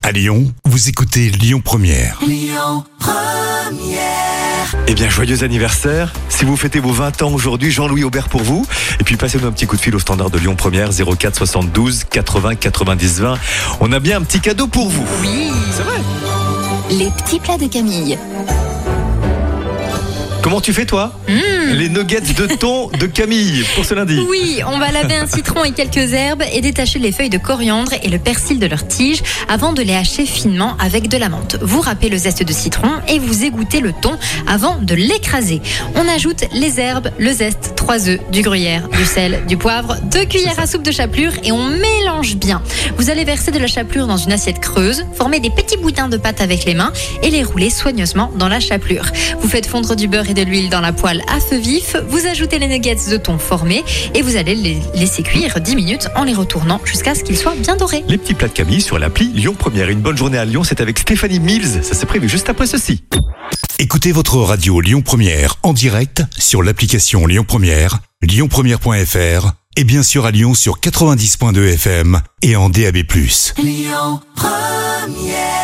À Lyon, vous écoutez Lyon Première. Lyon Première. Eh bien, joyeux anniversaire. Si vous fêtez vos 20 ans aujourd'hui, Jean-Louis Aubert pour vous. Et puis, passez-nous un petit coup de fil au standard de Lyon Première, 04 72 80 90 20. On a bien un petit cadeau pour vous. Oui. C'est vrai. Les petits plats de Camille. Comment tu fais, toi Les nuggets de thon de Camille pour ce lundi. Oui, on va laver un citron et quelques herbes et détacher les feuilles de coriandre et le persil de leurs tiges avant de les hacher finement avec de la menthe. Vous râpez le zeste de citron et vous égouttez le thon avant de l'écraser. On ajoute les herbes, le zeste, 3 œufs, du gruyère, du sel, du poivre, 2 cuillères à soupe de chapelure et on mélange bien. Vous allez verser de la chapelure dans une assiette creuse, former des petits boudins de pâte avec les mains et les rouler soigneusement dans la chapelure. Vous faites fondre du beurre et de l'huile dans la poêle à feu vif, vous ajoutez les nuggets de thon formés et vous allez les laisser cuire 10 minutes en les retournant jusqu'à ce qu'ils soient bien dorés. Les petits plats de Camille sur l'appli Lyon Première. Une bonne journée à Lyon, c'est avec Stéphanie Mills. Ça s'est prévu juste après ceci. Écoutez votre radio Lyon Première en direct sur l'application Lyon Première, lyonpremière.fr et bien sûr à Lyon sur 90.2 FM et en DAB+. Lyon Première.